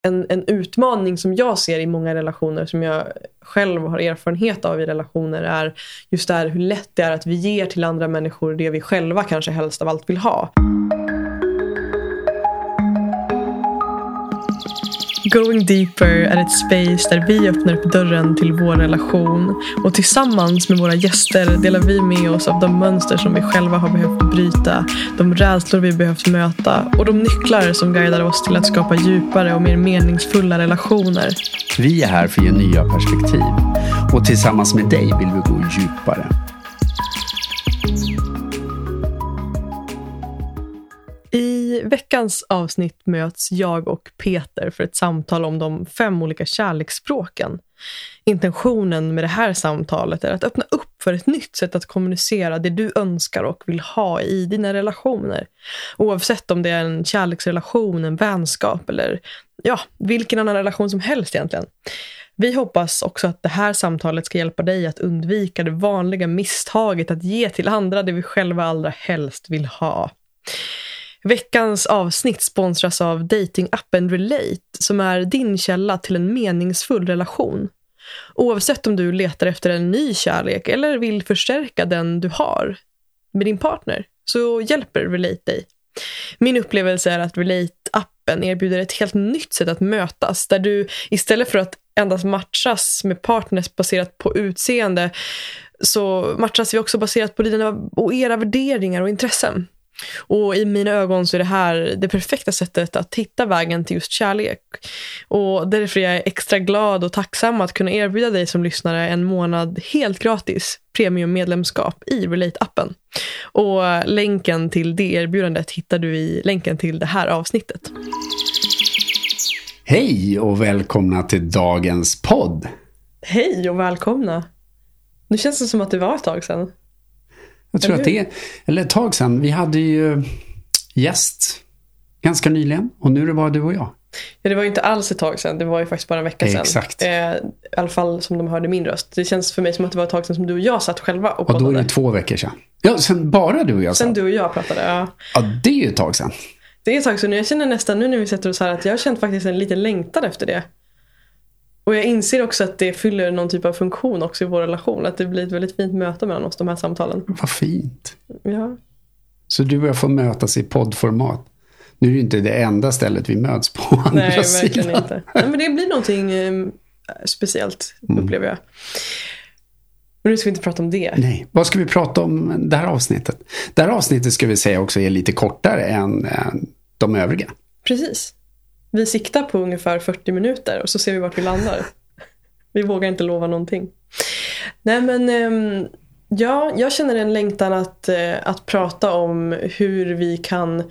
en utmaning som jag ser i många relationer, som jag själv har erfarenhet av i relationer, är just det här hur lätt det är att vi ger till andra människor det vi själva kanske helst av allt vill ha. Going Deeper är ett space där vi öppnar upp dörren till vår relation, och tillsammans med våra gäster delar vi med oss av de mönster som vi själva har behövt bryta, de rädslor vi behövt möta och de nycklar som guidar oss till att skapa djupare och mer meningsfulla relationer. Vi är här för att ge nya perspektiv, och tillsammans med dig vill vi gå djupare. I veckans avsnitt möts jag och Peter för ett samtal om de 5 olika kärleksspråken. Intentionen med det här samtalet är att öppna upp för ett nytt sätt att kommunicera det du önskar och vill ha i dina relationer. Oavsett om det är en kärleksrelation, en vänskap eller vilken annan relation som helst egentligen. Vi hoppas också att det här samtalet ska hjälpa dig att undvika det vanliga misstaget att ge till andra det vi själva allra helst vill ha. Veckans avsnitt sponsras av datingappen Relate, som är din källa till en meningsfull relation. Oavsett om du letar efter en ny kärlek eller vill förstärka den du har med din partner, så hjälper Relate dig. Min upplevelse är att Relate-appen erbjuder ett helt nytt sätt att mötas, där du istället för att endast matchas med partners baserat på utseende, så matchas vi också baserat på dina och era värderingar och intressen. Och i mina ögon så är det här det perfekta sättet att hitta vägen till just kärlek. Och därför är jag extra glad och tacksam att kunna erbjuda dig som lyssnare en månad helt gratis premiummedlemskap i Relate-appen. Och länken till det erbjudandet hittar du i länken till det här avsnittet. Hej och välkomna till dagens podd. Hej och välkomna. Nu känns det som att det var ett tag sedan. Jag tror att det är, eller ett tag sedan. Vi hade ju gäst ganska nyligen, och nu är det bara du och jag. Ja, det var ju inte alls ett tag sedan. Det var ju faktiskt bara en vecka sedan. Exakt. I alla fall som de hörde min röst. Det känns för mig som att det var ett tag sedan som du och jag satt själva och poddade. Och då är det 2 veckor sedan. Ja, sen bara du och jag satt. Sen du och jag pratade, ja. Ja, det är ju ett tag sedan. Det är ett tag sedan. Jag känner nästan nu när vi sätter oss här att jag har känt faktiskt en liten längtan efter det. Och jag inser också att det fyller någon typ av funktion också i vår relation. Att det blir ett väldigt fint möte mellan oss, de här samtalen. Vad fint. Ja. Så du och jag får mötas i poddformat. Nu är det ju inte det enda stället vi möts på andra Nej, verkligen sidan. inte. Nej, men det blir någonting speciellt, upplever jag. Men nu ska vi inte prata om det. Nej, vad ska vi prata om det här avsnittet? Det här avsnittet ska vi säga också är lite kortare än de övriga. Precis. Vi siktar på ungefär 40 minuter och så ser vi vart vi landar. Vi vågar inte lova någonting. Nej, men jag känner en längtan att prata om hur vi kan...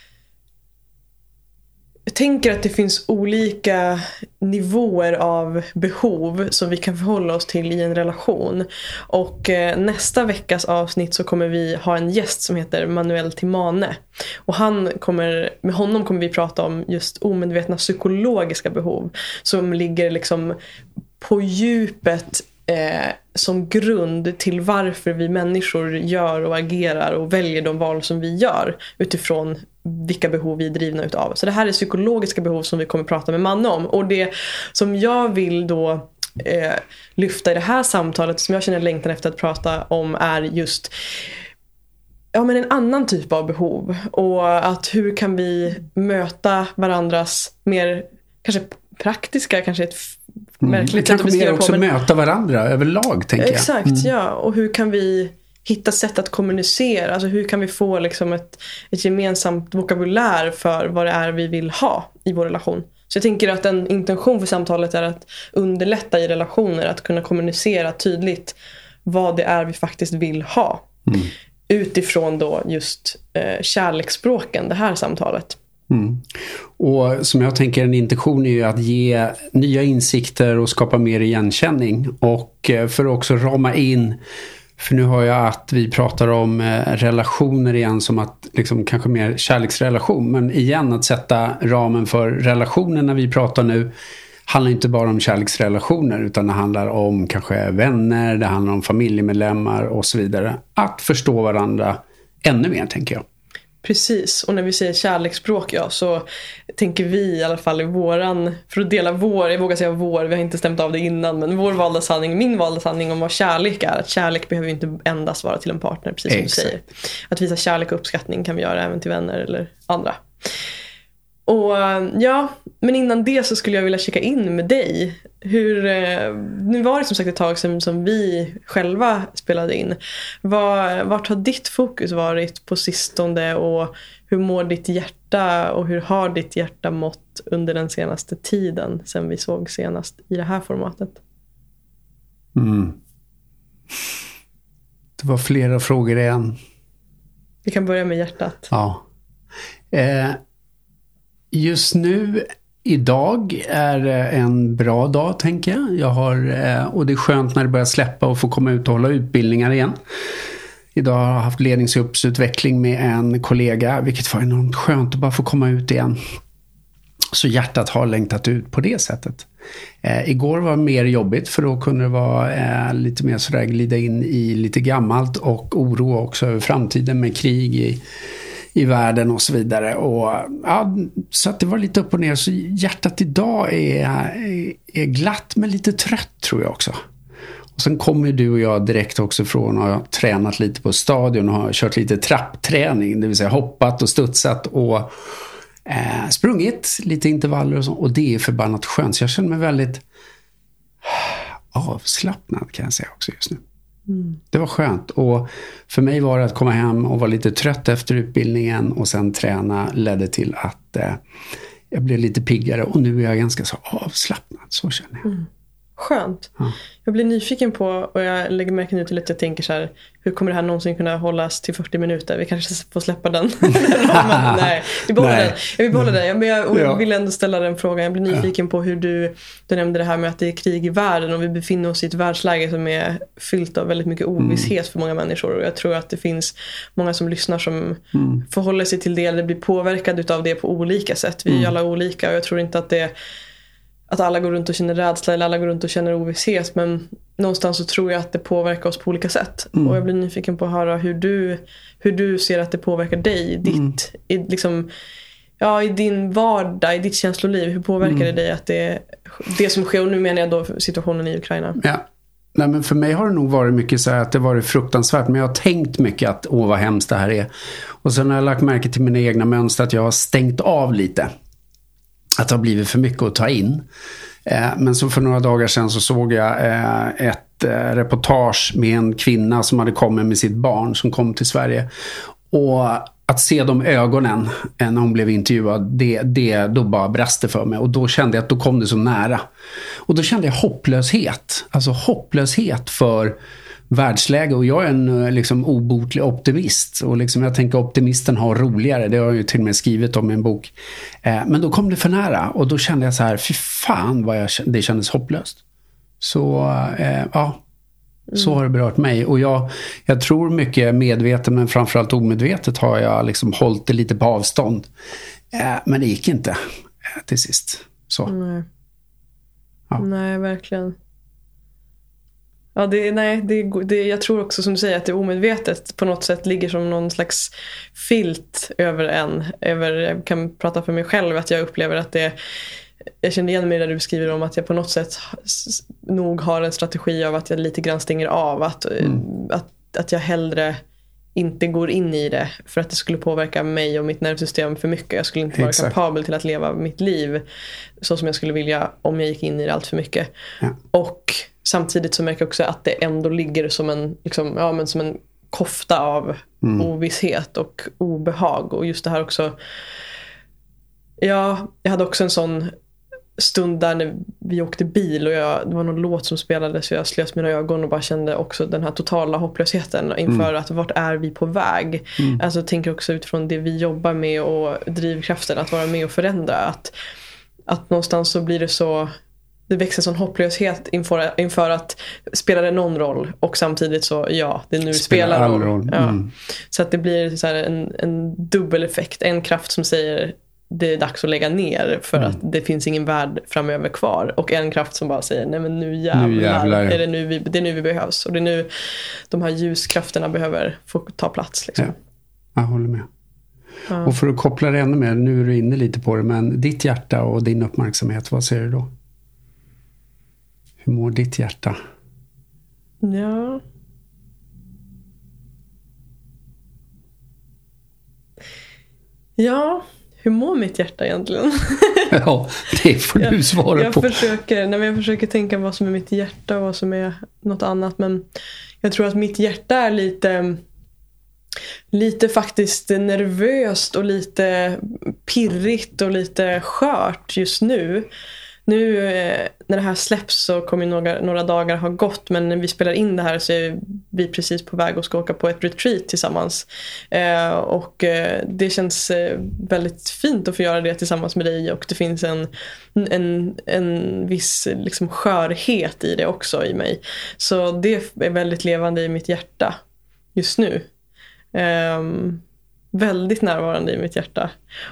Jag tänker att det finns olika nivåer av behov som vi kan förhålla oss till i en relation. Och nästa veckas avsnitt så kommer vi ha en gäst som heter Manuel Timane. Och med honom kommer vi prata om just omedvetna psykologiska behov som ligger liksom på djupet som grund till varför vi människor gör och agerar och väljer de val som vi gör utifrån vilka behov vi är drivna utav. Så det här är psykologiska behov som vi kommer prata med Manne om. Och det som jag vill då lyfta i det här samtalet, som jag känner längtan efter att prata om, är just en annan typ av behov. Och att hur kan vi möta varandras mer kanske praktiska, kanske ett märkligt sätt att beskriva på. Kanske mer också möta varandra överlag, tänker jag. Exakt, ja. Och hur kan vi hitta sätt att kommunicera? Alltså hur kan vi få liksom ett gemensamt vokabulär för vad det är vi vill ha i vår relation? Så jag tänker att en intention för samtalet är att underlätta i relationer, att kunna kommunicera tydligt vad det är vi faktiskt vill ha. Utifrån då just kärleksspråken, det här samtalet. Och som jag tänker, en intention är ju att ge nya insikter och skapa mer igenkänning. Och för att också rama in, för nu har jag att vi pratar om relationer igen som att liksom kanske mer kärleksrelation, men igen att sätta ramen för relationen när vi pratar nu handlar inte bara om kärleksrelationer, utan det handlar om kanske vänner, det handlar om familjemedlemmar och så vidare. Att förstå varandra ännu mer, tänker jag. Precis, och när vi säger kärleksspråk, så tänker vi i alla fall i våran, för att dela jag vågar säga vår, vi har inte stämt av det innan, men vår valda sanning, min valda sanning om vad kärlek är, att kärlek behöver inte endast vara till en partner, precis som du säger. Att visa kärlek och uppskattning kan vi göra även till vänner eller andra. Och men innan det så skulle jag vilja checka in med dig. Nu var det som sagt ett tag sedan som vi själva spelade in. Vart har ditt fokus varit på sistone, och hur mår ditt hjärta och hur har ditt hjärta mått under den senaste tiden sen vi såg senast i det här formatet? Det var flera frågor igen. Vi kan börja med hjärtat. Ja. Just nu, idag är en bra dag, tänker jag. Och det är skönt när det börjar släppa och få komma ut och hålla utbildningar igen. Idag har jag haft ledningsgruppsutveckling med en kollega, vilket var enormt skönt att bara få komma ut igen. Så hjärtat har längtat ut på det sättet. Igår var mer jobbigt, för då kunde det vara lite mer sådär glida in i lite gammalt och oro också över framtiden med krig i världen och så vidare. Och, så att det var lite upp och ner. Så hjärtat idag är glatt men lite trött, tror jag också. Och sen kommer du och jag direkt också från att ha tränat lite på stadion och har kört lite trappträning, det vill säga hoppat och studsat och sprungit lite intervaller och så. Och det är förbannat skönt. Så jag känner mig väldigt avslappnad, kan jag säga också just nu. Det var skönt, och för mig var det att komma hem och vara lite trött efter utbildningen och sen träna ledde till att jag blev lite piggare, och nu är jag ganska så avslappnad, så känner jag. Skönt. Ja. Jag blir nyfiken på, och jag lägger märke nu till att jag tänker så här, hur kommer det här någonsin kunna hållas till 40 minuter? Vi kanske får släppa den. Nej, vi behåller den. Jag vill behålla den. Men jag vill ändå ställa den frågan. Jag blir nyfiken på hur du nämnde det här med att det är krig i världen, och vi befinner oss i ett världsläge som är fyllt av väldigt mycket ovisshet för många människor. Och jag tror att det finns många som lyssnar som förhåller sig till det, eller blir påverkade av det på olika sätt. Vi är alla olika, och jag tror inte att alla går runt och känner rädsla eller alla går runt och känner ovisshet, men någonstans så tror jag att det påverkar oss på olika sätt. Och jag blir nyfiken på att höra hur du ser att det påverkar dig i din vardag, i ditt känsloliv. Hur påverkar det dig att det som sker, och nu menar jag då situationen i Ukraina? Ja. Nej, men för mig har det nog varit mycket så här att det varit fruktansvärt, men jag har tänkt mycket att vad hemskt det här är. Och sen har jag lagt märke till mina egna mönster att jag har stängt av lite. Att det har blivit för mycket att ta in. Men så för några dagar sedan så såg jag ett reportage med en kvinna som hade kommit med sitt barn som kom till Sverige. Och att se de ögonen när hon blev intervjuad, då bara brast det för mig. Och då kände jag att då kom det så nära. Och då kände jag hopplöshet. Alltså hopplöshet för världsläge, och jag är en obotlig optimist, och jag tänker optimisten har roligare, det har jag ju till och med skrivit om i en bok, men då kom det för nära, och då kände jag så här, fy fan det kändes hopplöst. Så så har det berört mig, och jag tror mycket medvetet, men framförallt omedvetet har jag hållit det lite på avstånd, men det gick inte till sist. Så. Nej, verkligen. Ja, jag tror också som du säger att det omedvetet på något sätt ligger som någon slags filt jag kan prata för mig själv, att jag upplever att jag känner igen mig där du skriver om att jag på något sätt nog har en strategi av att jag lite grann stänger av, att jag hellre inte går in i det för att det skulle påverka mig och mitt nervsystem för mycket. Jag skulle inte vara kapabel till att leva mitt liv så som jag skulle vilja om jag gick in i det allt för mycket. Ja. Och samtidigt så märker jag också att det ändå ligger som som en kofta av ovisshet och obehag. Och just det här också, jag hade också en sån stund där när vi åkte bil och det var någon låt som spelades, så jag slöt mina ögon och bara kände också den här totala hopplösheten inför att vart är vi på väg. Alltså tänker också utifrån det vi jobbar med och drivkraften att vara med och förändra, att någonstans så blir det så, det växer en sån hopplöshet inför att spelar det någon roll, och samtidigt så det nu spelar roll. Ja. Så att det blir så här en dubbel effekt, en kraft som säger det är dags att lägga ner för att det finns ingen värld framöver kvar, och en kraft som bara säger nej men nu jävlar. Är det är nu vi behövs, och det är nu de här ljuskrafterna behöver få ta plats . Ja, jag håller med. Ja. Och för att koppla det ännu mer, nu är du inne lite på det, men ditt hjärta och din uppmärksamhet, vad säger du då? Hur mår ditt hjärta? Ja. Ja, hur mår mitt hjärta egentligen? Ja, det får du svara på. Jag försöker tänka vad som är mitt hjärta och vad som är något annat. Men jag tror att mitt hjärta är lite faktiskt nervöst och lite pirrigt och lite skört just nu. Nu när det här släpps så kommer några dagar ha gått, men när vi spelar in det här så är vi precis på väg och ska åka på ett retreat tillsammans. Och det känns väldigt fint att få göra det tillsammans med dig, och det finns en viss liksom skörhet i det också i mig. Så det är väldigt levande i mitt hjärta just nu. Väldigt närvarande i mitt hjärta.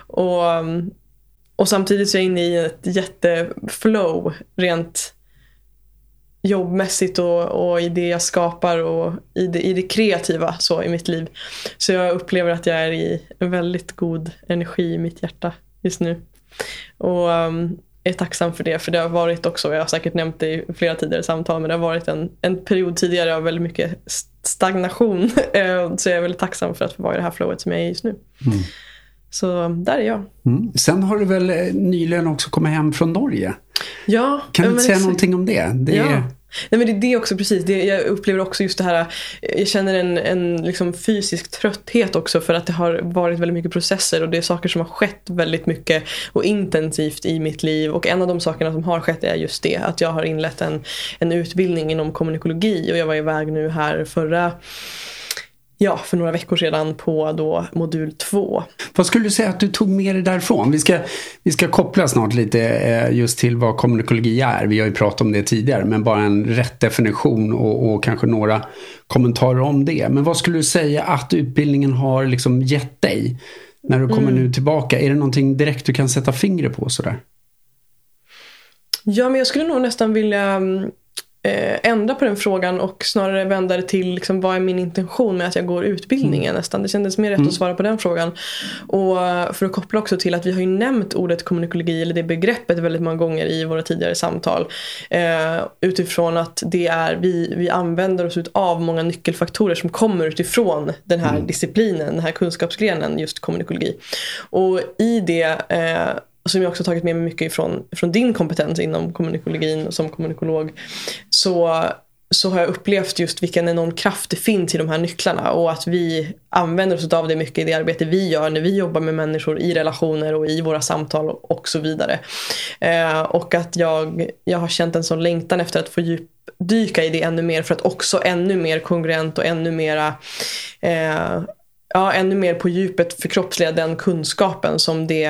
Och samtidigt så är jag inne i ett jätteflow rent jobbmässigt och i det jag skapar och i det kreativa så i mitt liv. Så jag upplever att jag är i en väldigt god energi i mitt hjärta just nu. Och är tacksam för det, för det har varit också, jag har säkert nämnt det i flera tidigare samtal, men det har varit en period tidigare av väldigt mycket stagnation. Så jag är väldigt tacksam för att få vara i det här flowet som jag är just nu. Mm. Så där är jag. Mm. Sen har du väl nyligen också kommit hem från Norge? Ja. Kan du inte säga någonting om det? Ja. Nej, men det är också precis. Jag upplever också just det här. Jag känner en liksom fysisk trötthet också, för att det har varit väldigt mycket processer och det är saker som har skett väldigt mycket och intensivt i mitt liv. Och en av de sakerna som har skett är just det, att jag har inlett en utbildning inom kommunikologi, och jag var iväg nu här för några veckor sedan på då modul 2. Vad skulle du säga att du tog med dig därifrån? Vi ska koppla snart lite just till vad kommunikologi är. Vi har ju pratat om det tidigare, men bara en rätt definition och kanske några kommentarer om det. Men vad skulle du säga att utbildningen har liksom gett dig när du kommer nu tillbaka? Är det någonting direkt du kan sätta fingret på sådär? Ja, men jag skulle nog nästan vilja ändra på den frågan och snarare vända det till liksom, vad är min intention med att jag går utbildningen nästan. Det kändes mer rätt att svara på den frågan. Och för att koppla också till att vi har ju nämnt ordet kommunikologi, eller det begreppet, väldigt många gånger i våra tidigare samtal. Utifrån att det är, vi använder oss av många nyckelfaktorer som kommer utifrån den här disciplinen, den här kunskapsgrenen, just kommunikologi. Och i det som jag också tagit med mig mycket från din kompetens inom kommunikologin och som kommunikolog, så har jag upplevt just vilken enorm kraft det finns i de här nycklarna, och att vi använder oss av det mycket i det arbete vi gör när vi jobbar med människor i relationer och i våra samtal och så vidare. Och att jag har känt en sån längtan efter att få djupdyka i det ännu mer, för att också ännu mer kongruent och ännu mera ännu mer på djupet förkroppsliga den kunskapen som det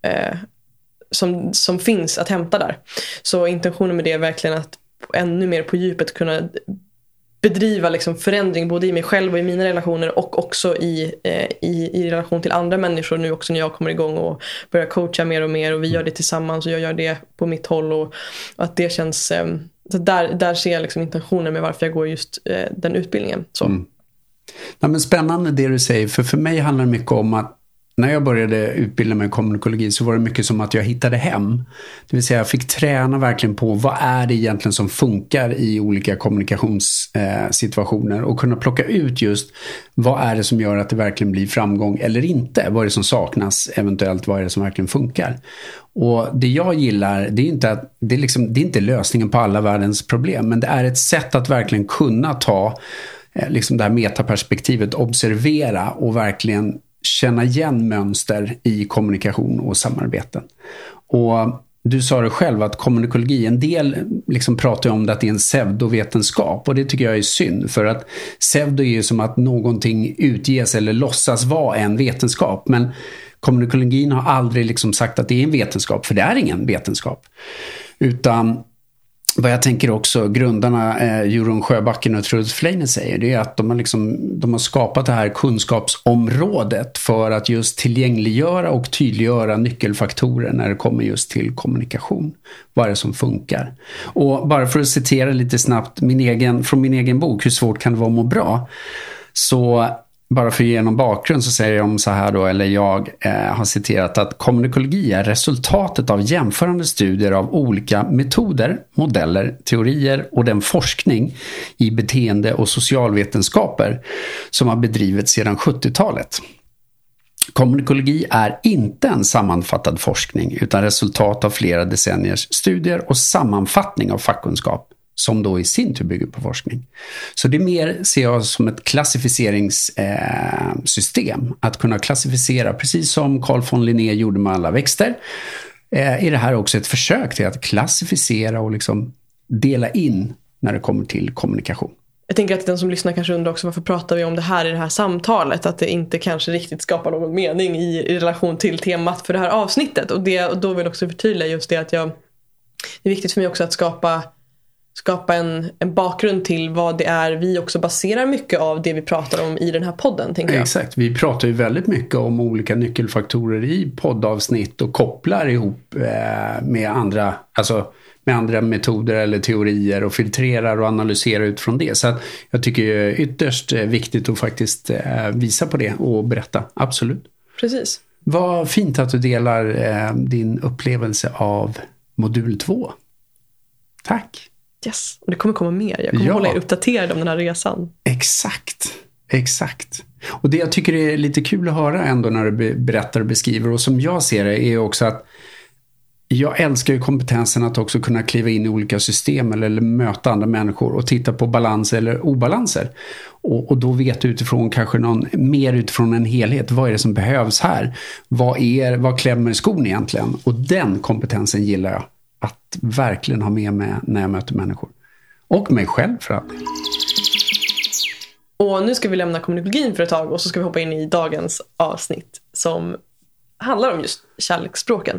som finns att hämta där. Så intentionen med det är verkligen att ännu mer på djupet kunna bedriva liksom förändring både i mig själv och i mina relationer, och också i relation till andra människor nu också när jag kommer igång och börjar coacha mer och mer, och vi gör det tillsammans och jag gör det på mitt håll, och att det känns så där ser jag liksom intentionen med varför jag går just den utbildningen. Så. Ja, men spännande det du säger, för mig handlar det mycket om att när jag började utbilda mig i kommunikologi så var det mycket som att jag hittade hem. Det vill säga jag fick träna verkligen på vad är det egentligen som funkar i olika kommunikationssituationer, och kunna plocka ut just vad är det som gör att det verkligen blir framgång eller inte. Vad är det som saknas, eventuellt vad är det som verkligen funkar. Och det jag gillar, det är inte att det är inte lösningen på alla världens problem, men det är ett sätt att verkligen kunna ta liksom det här metaperspektivet, observera och verkligen känna igen mönster i kommunikation och samarbeten. Och du sa det själv att kommunikologi, en del liksom pratar om att det är en pseudovetenskap, och det tycker jag är synd, för att pseudo är ju som att någonting utges eller låtsas vara en vetenskap, men kommunikologin har aldrig liksom sagt att det är en vetenskap, för det är ingen vetenskap. Utan vad jag tänker också grundarna Jorun Sjöbacken och Truls Fleiner säger, det är att de har skapat det här kunskapsområdet för att just tillgängliggöra och tydliggöra nyckelfaktorer när det kommer just till kommunikation. Vad är det som funkar? Och bara för att citera lite snabbt från min egen bok, Hur svårt kan det vara att må bra? Så bara för att ge någon bakgrund så säger de så här då, eller jag har citerat att kommunikologi är resultatet av jämförande studier av olika metoder, modeller, teorier och den forskning i beteende- och socialvetenskaper som har bedrivits sedan 70-talet. Kommunikologi är inte en sammanfattad forskning utan resultat av flera decenniers studier och sammanfattning av fackkunskap som då i sin tur bygger på forskning. Så det är mer, ser jag, som ett klassificeringssystem. Att kunna klassificera, precis som Carl von Linné gjorde med alla växter, är det här också ett försök till att klassificera och liksom dela in när det kommer till kommunikation. Jag tänker att den som lyssnar kanske undrar också varför pratar vi om det här i det här samtalet, att det inte kanske riktigt skapar någon mening i relation till temat för det här avsnittet. Och då vill jag också förtydliga just det att det är viktigt för mig också att skapa en bakgrund till vad det är vi också baserar mycket av det vi pratar om i den här podden, tänker jag. Exakt, vi pratar ju väldigt mycket om olika nyckelfaktorer i poddavsnitt och kopplar ihop med andra metoder eller teorier och filtrerar och analyserar utifrån det. Så att jag tycker det är ytterst viktigt att faktiskt visa på det och berätta, absolut. Precis. Vad fint att du delar din upplevelse av modul 2. Tack. Yes, och det kommer komma mer. Jag kommer hålla er uppdaterad om den här resan. Exakt. Och det jag tycker är lite kul att höra ändå när du berättar och beskriver, och som jag ser det, är också att jag älskar ju kompetensen att också kunna kliva in i olika system eller möta andra människor och titta på balanser eller obalanser. Och då vet du utifrån kanske mer utifrån en helhet. Vad är det som behövs här? Vad klämmer skon egentligen? Och den kompetensen gillar jag att verkligen ha med mig när jag möter människor. Och mig själv för att. Och nu ska vi lämna kommunikologin för ett tag och så ska vi hoppa in i dagens avsnitt som handlar om just kärleksspråken.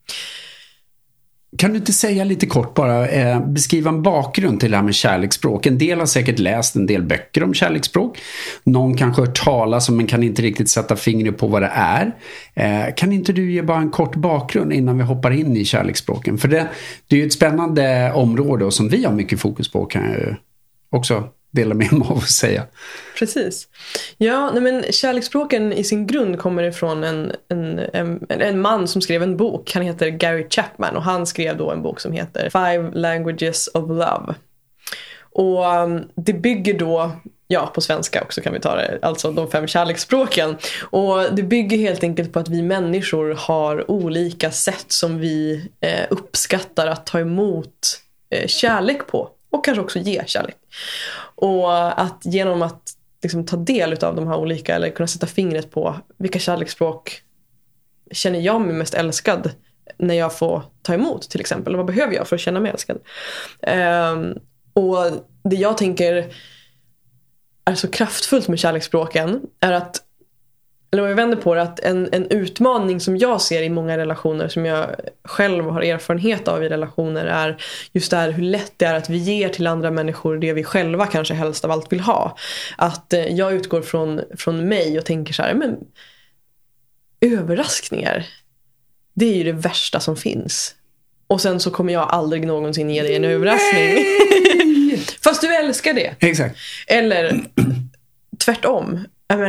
Kan du inte säga lite kort bara, beskriva en bakgrund till det här med kärleksspråk? En del har säkert läst en del böcker om kärleksspråk. Någon kanske hört talas om men kan inte riktigt sätta fingret på vad det är. Kan inte du ge bara en kort bakgrund innan vi hoppar in i kärleksspråken? För det är ju ett spännande område och som vi har mycket fokus på, kan jag ju också dela med mig av att säga. Precis. Ja, men kärleksspråken i sin grund kommer ifrån en man som skrev en bok. Han heter Gary Chapman och han skrev då en bok som heter 5 Languages of Love. Och det bygger då, på svenska också kan vi ta det, alltså de 5 kärleksspråken. Och det bygger helt enkelt på att vi människor har olika sätt som vi uppskattar att ta emot kärlek på. Och kanske också ge kärlek. Och att genom att liksom ta del av de här olika, eller kunna sätta fingret på vilka kärleksspråk känner jag mig mest älskad när jag får ta emot till exempel. Och vad behöver jag för att känna mig älskad? Och det jag tänker är så kraftfullt med kärleksspråken är att, eller om jag vänder på det, att en utmaning som jag ser i många relationer som jag själv har erfarenhet av i relationer är just det här hur lätt det är att vi ger till andra människor det vi själva kanske helst av allt vill ha. Att jag utgår från mig och tänker så här, men överraskningar, det är ju det värsta som finns. Och sen så kommer jag aldrig någonsin ge dig en överraskning. Fast du älskar det. Exakt. Eller tvärtom.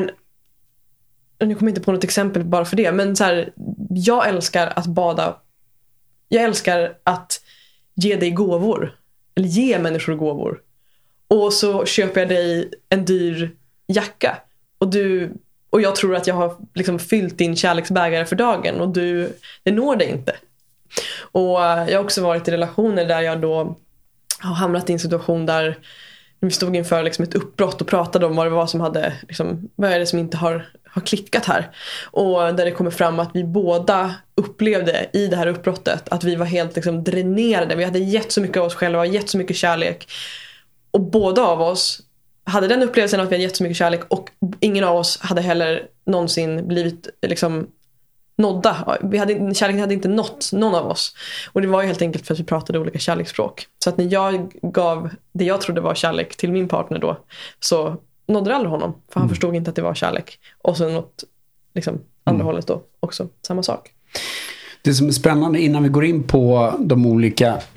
Nu kommer jag inte på något exempel bara för det. Men så här, jag älskar att bada. Jag älskar att ge dig gåvor. Eller ge människor gåvor. Och så köper jag dig en dyr jacka. Och jag tror att jag har liksom fyllt din kärleksbägare för dagen. Och det når dig inte. Och jag har också varit i relationer där jag då har hamnat i en situation där vi stod inför liksom ett uppbrott och pratade om vad det var som hade liksom, vad är det som inte har klickat här. Och där det kommer fram att vi båda upplevde i det här uppbrottet att vi var helt liksom dränerade. Vi hade gett så mycket av oss själva, gett så mycket kärlek. Och båda av oss hade den upplevelsen att vi hade gett så mycket kärlek och ingen av oss hade heller någonsin blivit liksom nådda. Kärleken hade inte nått någon av oss. Och det var ju helt enkelt för att vi pratade olika kärleksspråk. Så att när jag gav det jag trodde var kärlek till min partner då, så nådde det aldrig honom. För han förstod inte att det var kärlek. Och så något liksom, andra hållet då också. Samma sak. Det som är spännande innan vi går in på de olika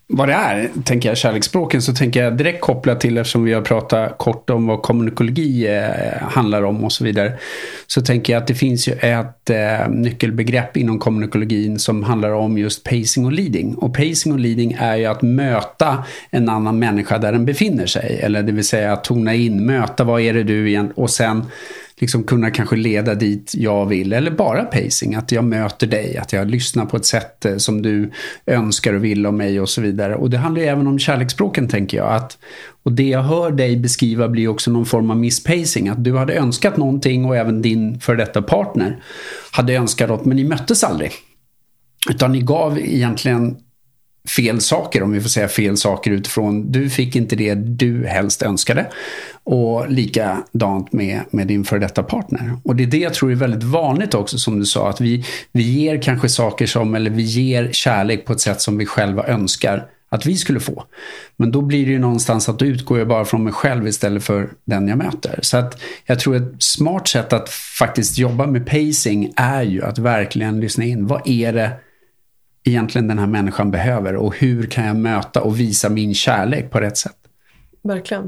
vad det är, tänker jag, kärleksspråken, så tänker jag direkt koppla till, eftersom vi har pratat kort om vad kommunikologi handlar om och så vidare, så tänker jag att det finns ju ett nyckelbegrepp inom kommunikologin som handlar om just pacing och leading. Och pacing och leading är ju att möta en annan människa där den befinner sig, eller det vill säga att tona in, möta vad är det du igen, och sen liksom kunna kanske leda dit jag vill, eller bara pacing, att jag möter dig, att jag lyssnar på ett sätt som du önskar och vill om mig och så vidare. Och det handlar ju även om kärleksspråken, tänker jag, och det jag hör dig beskriva blir också någon form av misspacing, att du hade önskat någonting och även din för detta partner hade önskat något, men ni möttes aldrig, utan ni gav egentligen fel saker, om vi får säga fel saker, utifrån du fick inte det du helst önskade, och likadant med din för detta partner. Och det är det jag tror är väldigt vanligt också, som du sa, att vi ger kanske saker som, eller vi ger kärlek på ett sätt som vi själva önskar att vi skulle få, men då blir det ju någonstans att då utgår jag bara från mig själv istället för den jag möter. Så att jag tror ett smart sätt att faktiskt jobba med pacing är ju att verkligen lyssna in, vad är det egentligen den här människan behöver, och hur kan jag möta och visa min kärlek på rätt sätt. Verkligen.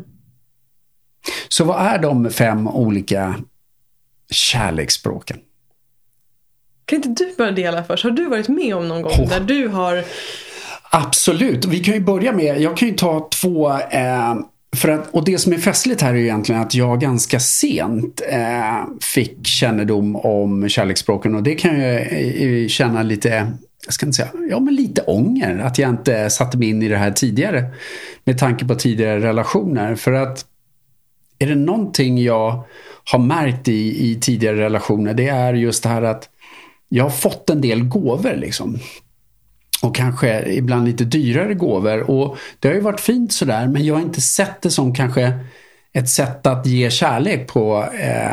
Så vad är de 5 olika kärleksspråken? Kan inte du börja dela först? Har du varit med om någon gång där du har... Absolut. Vi kan ju börja med, jag kan ju ta 2 och det som är festligt här är ju egentligen att jag ganska sent fick kännedom om kärleksspråken, och det kan jag känna lite, jag ska inte säga, men lite ånger att jag inte satte mig in i det här tidigare, med tanke på tidigare relationer. För att är det någonting jag har märkt i tidigare relationer, det är just det här att jag har fått en del gåvor liksom. Och kanske ibland lite dyrare gåvor, och det har ju varit fint sådär, men jag har inte sett det som kanske ett sätt att ge kärlek på.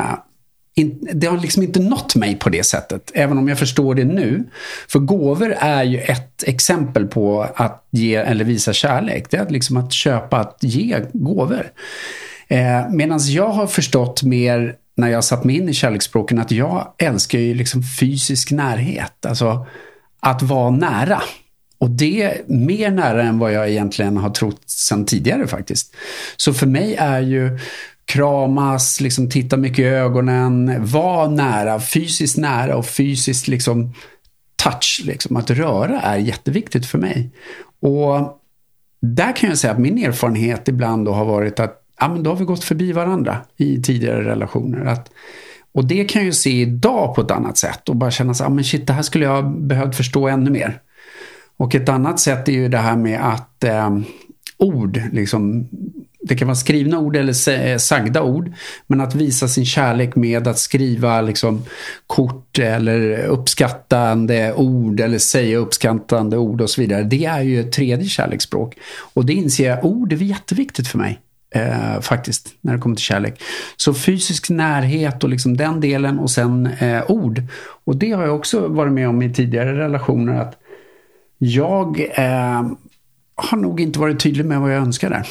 Det har liksom inte nått mig på det sättet, även om jag förstår det nu. För gåvor är ju ett exempel på att ge eller visa kärlek. Det är liksom att köpa, att ge gåvor. Medan jag har förstått mer när jag satt mig in i kärleksspråken att jag älskar ju liksom fysisk närhet. Alltså att vara nära. Och det är mer nära än vad jag egentligen har trott sedan tidigare faktiskt. Så för mig är ju kramas, liksom titta mycket i ögonen, vara nära, fysiskt nära och fysiskt liksom touch, liksom att röra är jätteviktigt för mig. Och där kan jag säga att min erfarenhet ibland då har varit att men då har vi gått förbi varandra i tidigare relationer. Och det kan jag ju se idag på ett annat sätt och bara känna så men shit, det här skulle jag behövt förstå ännu mer. Och ett annat sätt är ju det här med att ord, liksom, det kan vara skrivna ord eller sagda ord, men att visa sin kärlek med att skriva liksom kort eller uppskattande ord eller säga uppskattande ord och så vidare. Det är ju ett tredje kärleksspråk. Och det inser jag, ord är jätteviktigt för mig. Faktiskt, när det kommer till kärlek. Så fysisk närhet och liksom den delen, och sen ord. Och det har jag också varit med om i tidigare relationer, att jag har nog inte varit tydlig med vad jag önskar där.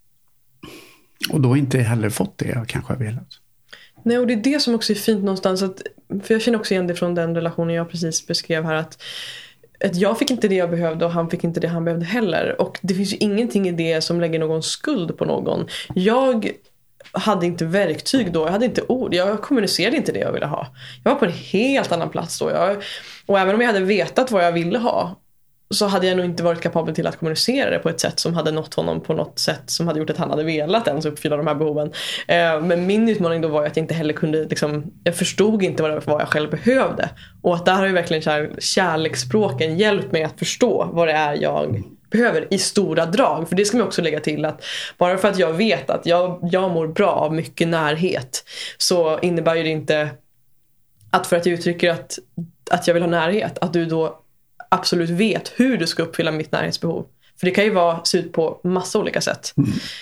Och då inte heller fått det jag kanske har velat. Nej, och det är det som också är fint någonstans. För jag känner också igen det från den relationen jag precis beskrev här, att jag fick inte det jag behövde och han fick inte det han behövde heller. Och det finns ju ingenting i det som lägger någon skuld på någon. Jag hade inte verktyg då, jag hade inte ord, jag kommunicerade inte det jag ville ha. Jag var på en helt annan plats då. Och även om jag hade vetat vad jag ville ha, så hade jag nog inte varit kapabel till att kommunicera det på ett sätt som hade nått honom på något sätt som hade gjort att han hade velat ens uppfylla de här behoven. Men min utmaning då var att jag inte heller kunde liksom, jag förstod inte vad jag själv behövde. Och att där har ju verkligen kärleksspråken hjälpt mig att förstå vad det är jag behöver i stora drag. För det ska man också lägga till, att bara för att jag vet att jag mår bra av mycket närhet, så innebär ju det inte att för att jag uttrycker att jag vill ha närhet, att du då absolut vet hur du ska uppfylla mitt närhetsbehov. För det kan ju se ut på massa olika sätt.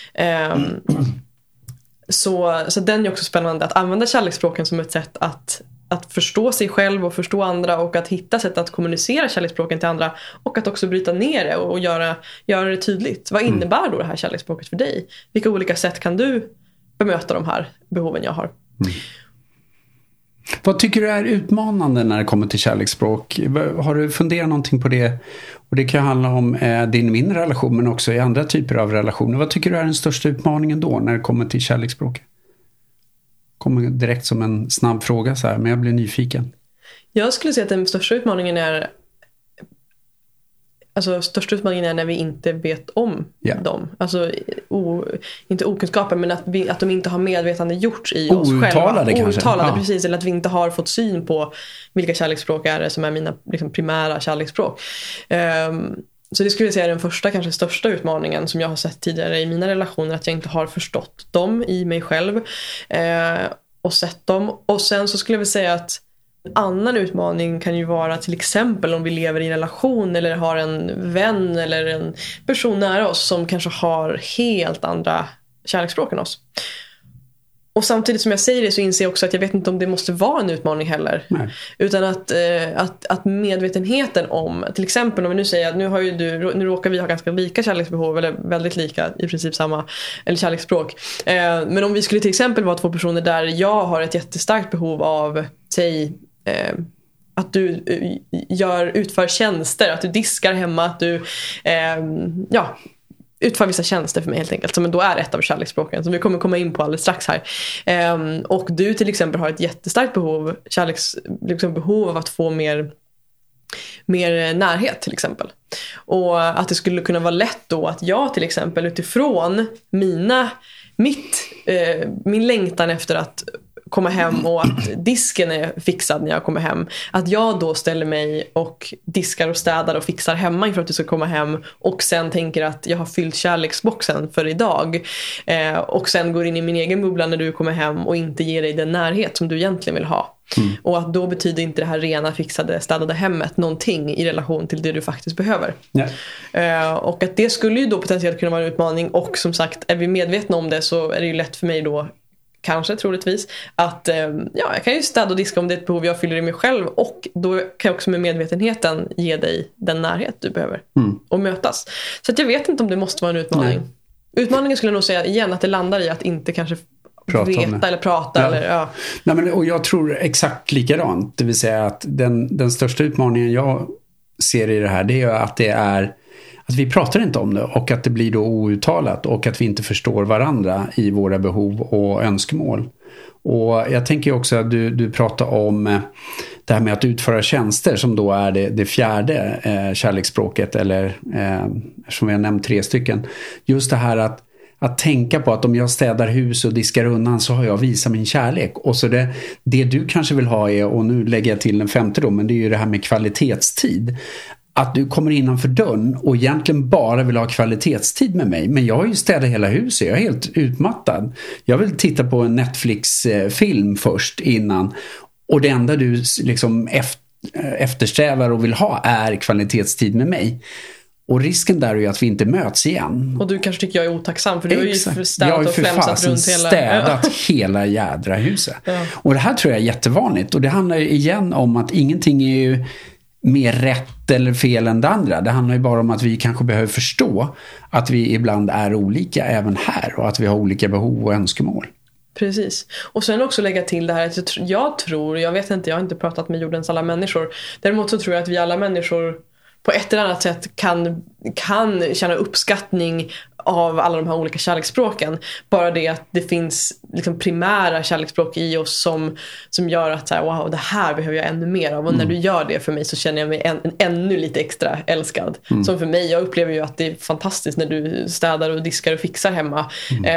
Så den är också spännande, att använda kärleksspråken som ett sätt att förstå sig själv och förstå andra, och att hitta sätt att kommunicera kärleksspråken till andra, och att också bryta ner det och göra det tydligt. Vad innebär då det här kärleksspråket för dig? Vilka olika sätt kan du bemöta de här behoven jag har? Vad tycker du är utmanande när det kommer till kärleksspråk? Har du funderat någonting på det? Och det kan handla om min relation men också i andra typer av relationer. Vad tycker du är den största utmaningen då när det kommer till kärleksspråk? Kommer direkt som en snabb fråga så här, men jag blir nyfiken. Jag skulle säga att den största utmaningen är när vi inte vet om dem. Alltså inte okunskapen, men att de inte har medvetande gjorts i oss själva. Outtalade, precis. Eller att vi inte har fått syn på vilka kärleksspråk är det som är mina liksom, primära kärleksspråk. Så det skulle jag säga är den första, kanske största utmaningen som jag har sett tidigare i mina relationer. Att jag inte har förstått dem i mig själv och sett dem. Och sen så skulle jag väl säga att en annan utmaning kan ju vara till exempel om vi lever i en relation eller har en vän eller en person nära oss som kanske har helt andra kärleksspråk än oss. Och samtidigt som jag säger det så inser jag också att jag vet inte om det måste vara en utmaning heller. Nej. Utan att medvetenheten om, till exempel om vi nu säger att nu råkar vi ha ganska lika kärleksbehov eller väldigt lika, i princip samma, eller kärleksspråk. Men om vi skulle till exempel vara två personer där jag har ett jättestarkt behov av, säg, att du utför tjänster, att du diskar hemma, att du utför vissa tjänster för mig helt enkelt, som då är ett av kärleksspråken som vi kommer komma in på alldeles strax här. Och du till exempel har ett jättestarkt behov av att få mer närhet till exempel. Och att det skulle kunna vara lätt då att jag till exempel utifrån min längtan efter att komma hem och att disken är fixad när jag kommer hem, att jag då ställer mig och diskar och städar och fixar hemma inför att du ska komma hem och sen tänker att jag har fyllt kärleksboxen för idag och sen går in i min egen bubbla när du kommer hem och inte ger dig den närhet som du egentligen vill ha. Och att då betyder inte det här rena, fixade, städade hemmet någonting i relation till det du faktiskt behöver. Och att det skulle ju då potentiellt kunna vara en utmaning, och som sagt, är vi medvetna om det så är det ju lätt för mig då, kanske troligtvis, att jag kan ju städa och diska om det är ett behov jag fyller i mig själv, och då kan jag också med medvetenheten ge dig den närhet du behöver och mötas. Så att jag vet inte om det måste vara en utmaning. Nej. Utmaningen skulle jag nog säga igen att det landar i att inte kanske veta eller prata. Ja. Eller, Nej, men, och jag tror exakt likadant. Det vill säga att den största utmaningen jag ser i det här, det är att att vi pratar inte om det och att det blir då outtalat och att vi inte förstår varandra i våra behov och önskemål. Och jag tänker också att du pratar om det här med att utföra tjänster som då är det fjärde kärleksspråket, eller som vi har nämnt 3 stycken. Just det här att tänka på att om jag städar hus och diskar undan så har jag visat min kärlek. Och så det du kanske vill ha är, och nu lägger jag till den 5:e då, men det är ju det här med kvalitetstid. Att du kommer innanför dörren och egentligen bara vill ha kvalitetstid med mig. Men jag har ju städat hela huset, jag är helt utmattad. Jag vill titta på en Netflix-film först innan. Och det enda du liksom eftersträvar och vill ha är kvalitetstid med mig. Och risken där är ju att vi inte möts igen. Och du kanske tycker jag är otacksam, för du har ju städat och flämsat runt hela jädra huset. Ja. Och det här tror jag är jättevanligt. Och det handlar ju igen om att ingenting är ju mer rätt eller fel än det andra. Det handlar ju bara om att vi kanske behöver förstå att vi ibland är olika även här, och att vi har olika behov och önskemål. Precis. Och sen också lägga till det här att jag vet inte, jag har inte pratat med jordens alla människor. Däremot så tror jag att vi alla människor på ett eller annat sätt kan känna uppskattning av alla de här olika kärleksspråken. Bara det att det finns liksom primära kärleksspråk i oss som gör att så här, wow, det här behöver jag ännu mer av. Och när du gör det för mig så känner jag mig ännu lite extra älskad. Som för mig, jag upplever ju att det är fantastiskt när du städar och diskar och fixar hemma.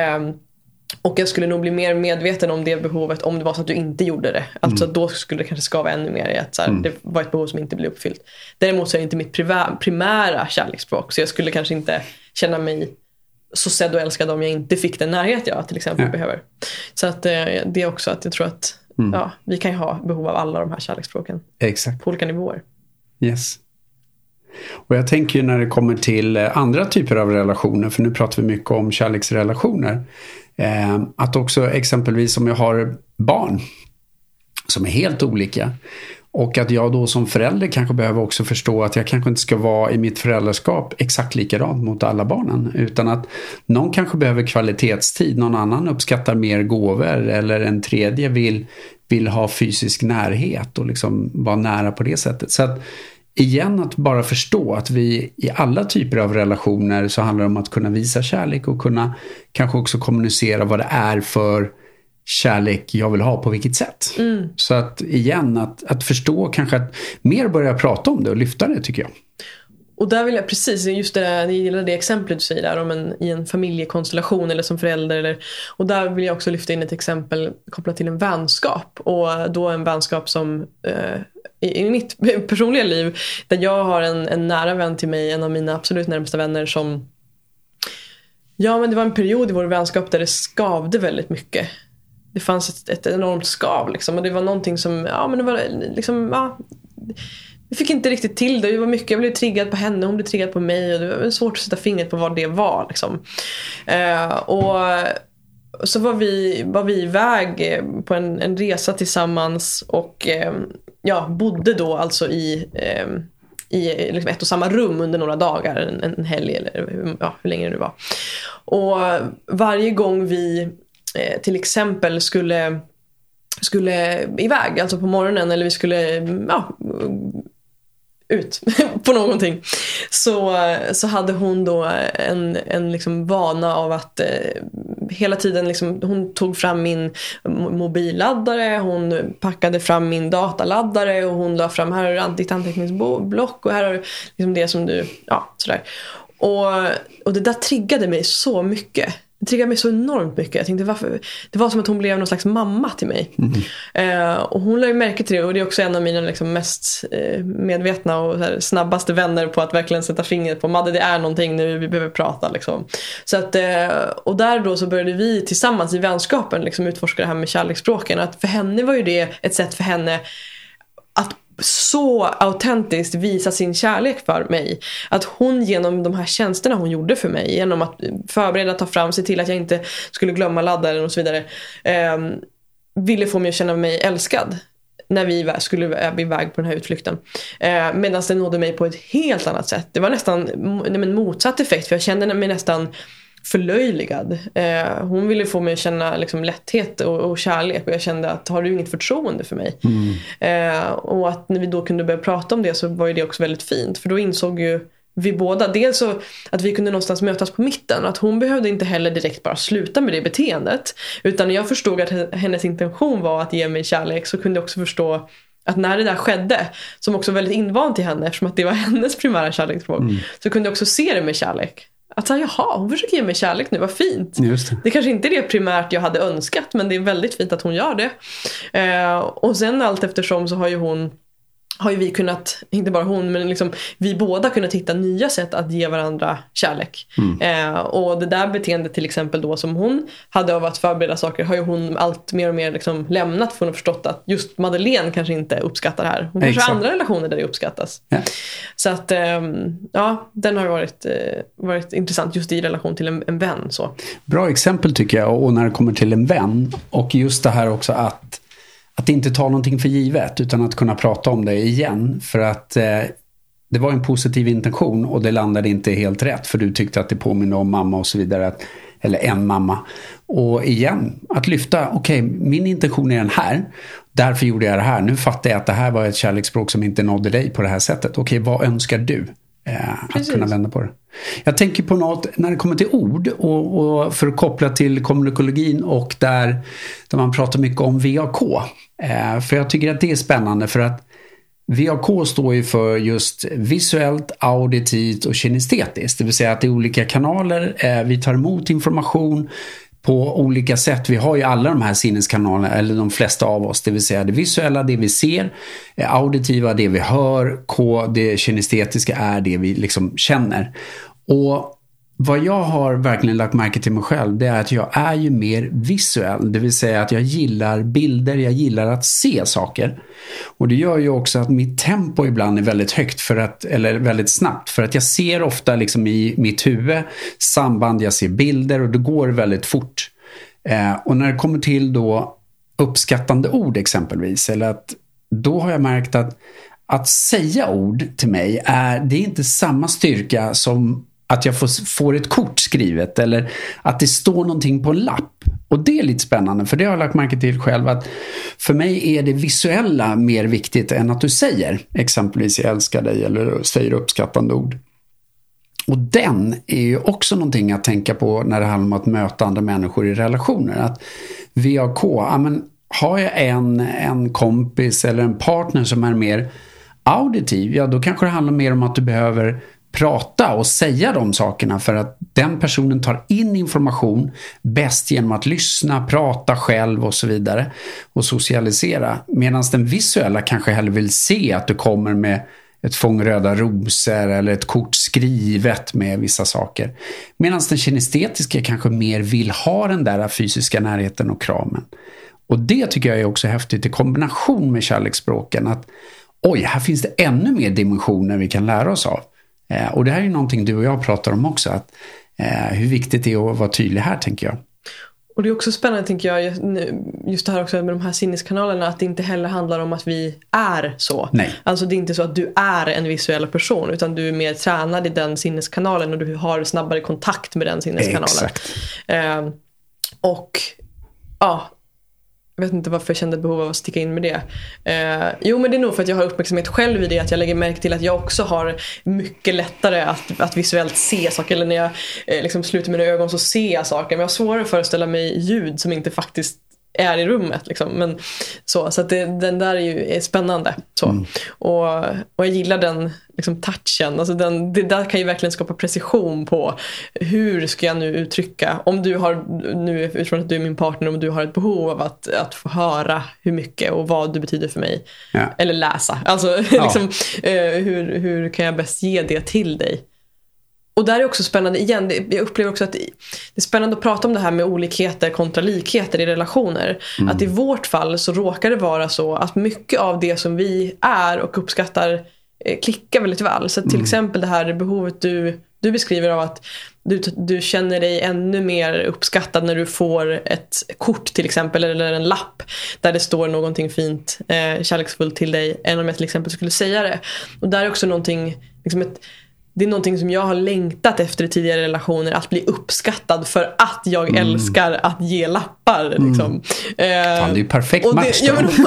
Och jag skulle nog bli mer medveten om det behovet om det var så att du inte gjorde det. Alltså då skulle det kanske skava ännu mer i att så här, det var ett behov som inte blev uppfyllt. Däremot så är det inte mitt primära kärleksspråk. Så jag skulle kanske inte känna mig så sedd och älskad om jag inte fick den närhet jag till exempel behöver. Så att det är också att jag tror att vi kan ju ha behov av alla de här kärleksspråken. Exakt. På olika nivåer. Yes. Och jag tänker ju när det kommer till andra typer av relationer, för nu pratar vi mycket om kärleksrelationer, att också exempelvis om jag har barn som är helt olika, och att jag då som förälder kanske behöver också förstå att jag kanske inte ska vara i mitt föräldraskap exakt likadant mot alla barnen, utan att någon kanske behöver kvalitetstid, någon annan uppskattar mer gåvor, eller en tredje vill vill ha fysisk närhet och liksom vara nära på det sättet. Så att igen, att bara förstå att vi i alla typer av relationer så handlar det om att kunna visa kärlek och kunna kanske också kommunicera vad det är för kärlek jag vill ha på vilket sätt. Så att igen, att förstå kanske att mer börja prata om det och lyfta det, tycker jag. Jag gillar det exemplet du säger där om i en familjekonstellation eller som förälder. Och där vill jag också lyfta in ett exempel kopplat till en vänskap. Och då en vänskap som i mitt personliga liv, där jag har en nära vän till mig, en av mina absolut närmsta vänner som... Ja, men det var en period i vår vänskap där det skavde väldigt mycket. Det fanns ett enormt skav liksom. Och det var någonting som... Ja, men det var liksom... Ja, jag fick inte riktigt till det. Det var mycket, jag blev triggad på henne, hon blev triggad på mig. Och det var svårt att sätta fingret på vad det var liksom. Och så var vi iväg på en resa tillsammans. Och bodde då alltså i liksom ett och samma rum under några dagar, en helg eller hur länge det nu var. Och varje gång vi till exempel skulle iväg, alltså på morgonen, eller vi skulle ut på någonting, så hade hon då en liksom vana av att hela tiden liksom, hon tog fram min mobilladdare, hon packade fram min dataladdare och hon la fram, här har ditt anteckningsblock och här har liksom det som du, sådär. Och det där triggade mig så mycket. Det triggade mig så enormt mycket. Jag tänkte, varför? Det var som att hon blev någon slags mamma till mig. Och hon lade ju märke till det. Och det är också en av mina liksom mest medvetna och så här, snabbaste vänner på att verkligen sätta fingret på Madde, det är någonting nu, vi behöver prata liksom. Så att, och där då så började vi tillsammans i vänskapen liksom utforska det här med kärleksspråken. Att för henne var ju det ett sätt för henne att så autentiskt visa sin kärlek för mig. Att hon genom de här tjänsterna hon gjorde för mig, genom att förbereda, ta fram, se till att jag inte skulle glömma laddaren och så vidare, ville få mig att känna mig älskad när vi skulle iväg på den här utflykten. Medan det nådde mig på ett helt annat sätt. Det var nästan en motsatt effekt, för jag kände mig nästan förlöjligad. Hon ville få mig att känna liksom lätthet och kärlek, och jag kände att har du inget förtroende för mig? Och att när vi då kunde börja prata om det, så var ju det också väldigt fint, för då insåg ju vi båda dels så att vi kunde någonstans mötas på mitten, att hon behövde inte heller direkt bara sluta med det beteendet, utan när jag förstod att hennes intention var att ge mig kärlek, så kunde jag också förstå att när det där skedde, som också var väldigt invant i henne eftersom att det var hennes primära kärleksspråk, så kunde jag också se det med kärlek. Att säga, jaha, hon försöker ge mig kärlek nu, vad fint. Just det. Det kanske inte är det primärt jag hade önskat, men det är väldigt fint att hon gör det. Och sen allt eftersom så har ju vi kunnat, inte bara hon, men liksom vi båda kunnat hitta nya sätt att ge varandra kärlek. Och det där beteendet till exempel då som hon hade av att förbereda saker, har ju hon allt mer och mer liksom lämnat, för hon har förstått att just Madeleine kanske inte uppskattar det här. Hon kanske har andra relationer där det uppskattas. Ja. Så att den har varit intressant just i relation till en vän. Så. Bra exempel tycker jag, och när det kommer till en vän, och just det här också att inte ta någonting för givet, utan att kunna prata om det igen, för att det var en positiv intention och det landade inte helt rätt, för du tyckte att det påminner om mamma och så vidare, eller en mamma. Och igen, att lyfta, okej, min intention är den här, därför gjorde jag det här, nu fattar jag att det här var ett kärleksspråk som inte nådde dig på det här sättet. Okej, vad önskar du? Att kunna vända på det. Jag tänker på något när det kommer till ord, och för att koppla till kommunikologin, och där man pratar mycket om VAK. För jag tycker att det är spännande, för att VAK står ju för just visuellt, auditivt och kinestetiskt. Det vill säga att det är olika kanaler, vi tar emot information på olika sätt. Vi har ju alla de här sinneskanalerna, eller de flesta av oss. Det vill säga det visuella, det vi ser, auditiva, det vi hör, det kinestetiska är det vi liksom känner. Och vad jag har verkligen lagt märke till mig själv, det är att jag är ju mer visuell. Det vill säga att jag gillar bilder, jag gillar att se saker. Och det gör ju också att mitt tempo ibland är väldigt högt, eller väldigt snabbt. För att jag ser ofta liksom i mitt huvud samband, jag ser bilder, och det går väldigt fort. Och när det kommer till då uppskattande ord exempelvis, eller då har jag märkt att säga ord till mig det är inte samma styrka som att jag får ett kort skrivet, eller att det står någonting på en lapp. Och det är lite spännande, för det har jag lagt märke till själv, att för mig är det visuella mer viktigt än att du säger exempelvis jag älskar dig eller säger uppskattande ord. Och den är ju också någonting att tänka på när det handlar om att möta andra människor i relationer. Att VAK, har jag en kompis eller en partner som är mer auditiv, ja då kanske det handlar mer om att du behöver prata och säga de sakerna, för att den personen tar in information bäst genom att lyssna, prata själv och så vidare och socialisera. Medan den visuella kanske hellre vill se att du kommer med ett fång röda rosor eller ett kort skrivet med vissa saker. Medan den kinestetiska kanske mer vill ha den där fysiska närheten och kramen. Och det tycker jag är också häftigt i kombination med kärleksspråken, att här finns det ännu mer dimensioner vi kan lära oss av. Och det här är ju någonting du och jag pratar om också, att hur viktigt det är att vara tydlig här, tänker jag. Och det är också spännande, tänker jag, just det här också med de här sinneskanalerna, att det inte heller handlar om att vi är så. Nej. Alltså det är inte så att du är en visuell person, utan du är mer tränad i den sinneskanalen och du har snabbare kontakt med den sinneskanalen. Exakt. Jag vet inte varför jag kände ett behov av att sticka in med det. Men det är nog för att jag har uppmärksamhet själv i det, att jag lägger märke till att jag också har mycket lättare att visuellt se saker. Eller när jag liksom sluter mina ögon så ser jag saker. Men jag har svårare att föreställa mig ljud som inte faktiskt är i rummet. Liksom. Men, så att den där är spännande. Så. Och jag gillar den liksom, touchen. Alltså det där kan ju verkligen skapa precision på hur ska jag nu uttrycka. Om du har, nu utifrån att du är min partner, om du har ett behov av att få höra hur mycket och vad du betyder för mig. Ja. Eller läsa. Alltså liksom, hur kan jag bäst ge det till dig? Och där är också spännande igen, jag upplever också att det är spännande att prata om det här med olikheter kontra likheter i relationer. Att i vårt fall så råkar det vara så att mycket av det som vi är och uppskattar klickar väldigt väl. Så till exempel det här behovet du beskriver av att du känner dig ännu mer uppskattad när du får ett kort till exempel, eller en lapp där det står någonting fint, kärleksfullt till dig, än om jag till exempel skulle säga det. Och där är också någonting liksom det är någonting som jag har längtat efter i tidigare relationer, att bli uppskattad för att jag älskar att ge lappar. Liksom. Det är ju perfekt match.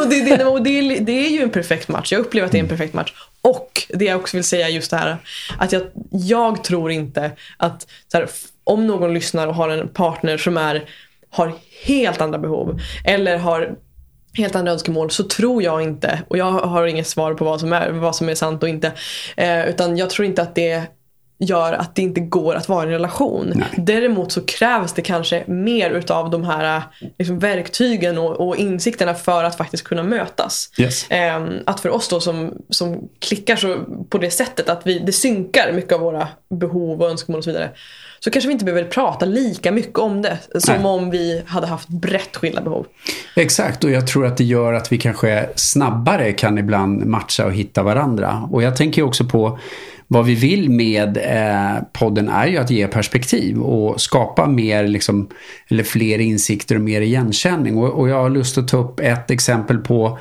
Det är ju en perfekt match. Jag upplever att det är en perfekt match. Och det jag också vill säga just det här, att jag tror inte att så här, om någon lyssnar och har en partner som har helt andra behov eller har helt andra önskemål, så tror jag inte, och jag har inget svar på vad som är sant och inte, utan jag tror inte att det gör att det inte går att vara i en relation. Nej. Däremot så krävs det kanske mer utav de här liksom, verktygen och insikterna för att faktiskt kunna mötas. Yes. Att för oss då som klickar så på det sättet att det synkar mycket av våra behov och önskemål och så vidare, så kanske vi inte behöver prata lika mycket om det som om vi hade haft brett skilda behov. Exakt, och jag tror att det gör att vi kanske snabbare kan ibland matcha och hitta varandra. Och jag tänker också på vad vi vill med podden är ju att ge perspektiv och skapa mer liksom, eller fler insikter och mer igenkänning. Och jag har lust att ta upp ett exempel på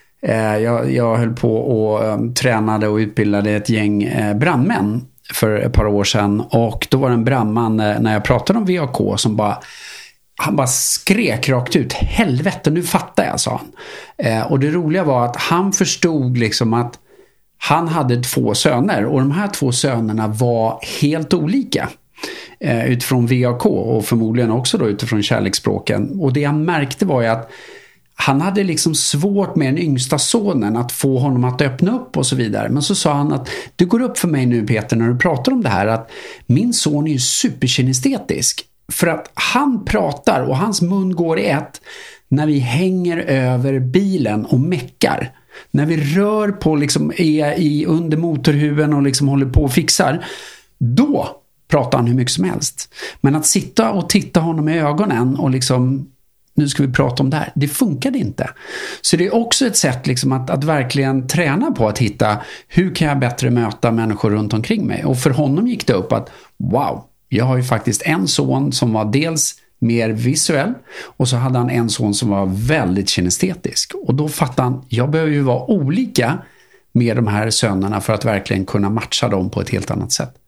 jag höll på och tränade och utbildade ett gäng brandmän för ett par år sedan, och då var det en brandman när jag pratade om VAK som han bara skrek rakt ut, helvete nu fattar jag, sa han. Och det roliga var att han förstod liksom att han hade 2 söner, och de här 2 sönerna var helt olika utifrån VAK och förmodligen också då utifrån kärleksspråken. Och det han märkte var ju att han hade liksom svårt med den yngsta sonen att få honom att öppna upp och så vidare. Men så sa han att det går upp för mig nu, Peter, när du pratar om det här, att min son är ju superkinestetisk. För att han pratar och hans mun går i ett när vi hänger över bilen och meckar. När vi rör på liksom under motorhuven och liksom håller på och fixar, då pratar han hur mycket som helst. Men att sitta och titta honom i ögonen och liksom, nu ska vi prata om det här, det funkade inte. Så det är också ett sätt liksom att verkligen träna på att hitta, hur kan jag bättre möta människor runt omkring mig? Och för honom gick det upp att, wow, jag har ju faktiskt en son som var dels mer visuell, och så hade han en son som var väldigt kinestetisk. Och då fattade han, jag behöver ju vara olika med de här sönerna för att verkligen kunna matcha dem på ett helt annat sätt.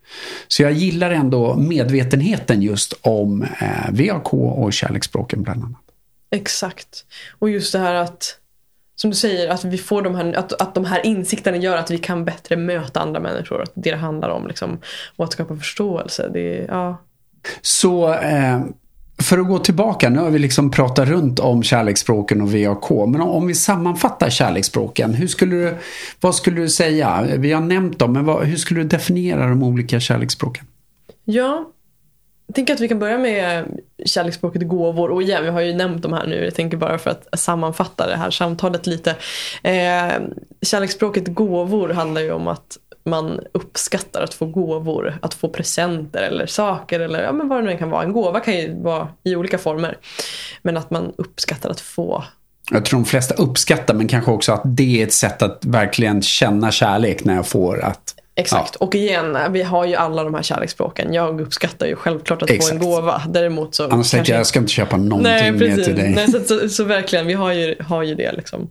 Så jag gillar ändå medvetenheten just om VAK och kärleksspråken bland annat. Exakt. Och just det här att, som du säger, att vi får att de här insikterna gör att vi kan bättre möta andra människor. Att det handlar om liksom, och att skapa förståelse. Så för att gå tillbaka, nu har vi liksom pratat runt om kärleksspråken och VAK. Men om vi sammanfattar kärleksspråken, vad skulle du säga? Vi har nämnt dem, men hur skulle du definiera de olika kärleksspråken? Ja, jag tänker att vi kan börja med kärleksspråket gåvor. Och igen, vi har ju nämnt de här nu. Jag tänker bara för att sammanfatta det här samtalet lite. Kärleksspråket gåvor handlar ju om att man uppskattar att få gåvor, att få presenter eller saker eller men vad det nu kan vara. En gåva kan ju vara i olika former. Men att man uppskattar att få. Jag tror de flesta uppskattar, men kanske också att det är ett sätt att verkligen känna kärlek när jag får att... Exakt, och igen, vi har ju alla de här kärleksspråken. Jag uppskattar ju självklart att få en gåva. Däremot så... Annars säger jag ska inte köpa någonting mer till dig. Nej, så verkligen, vi har ju det liksom.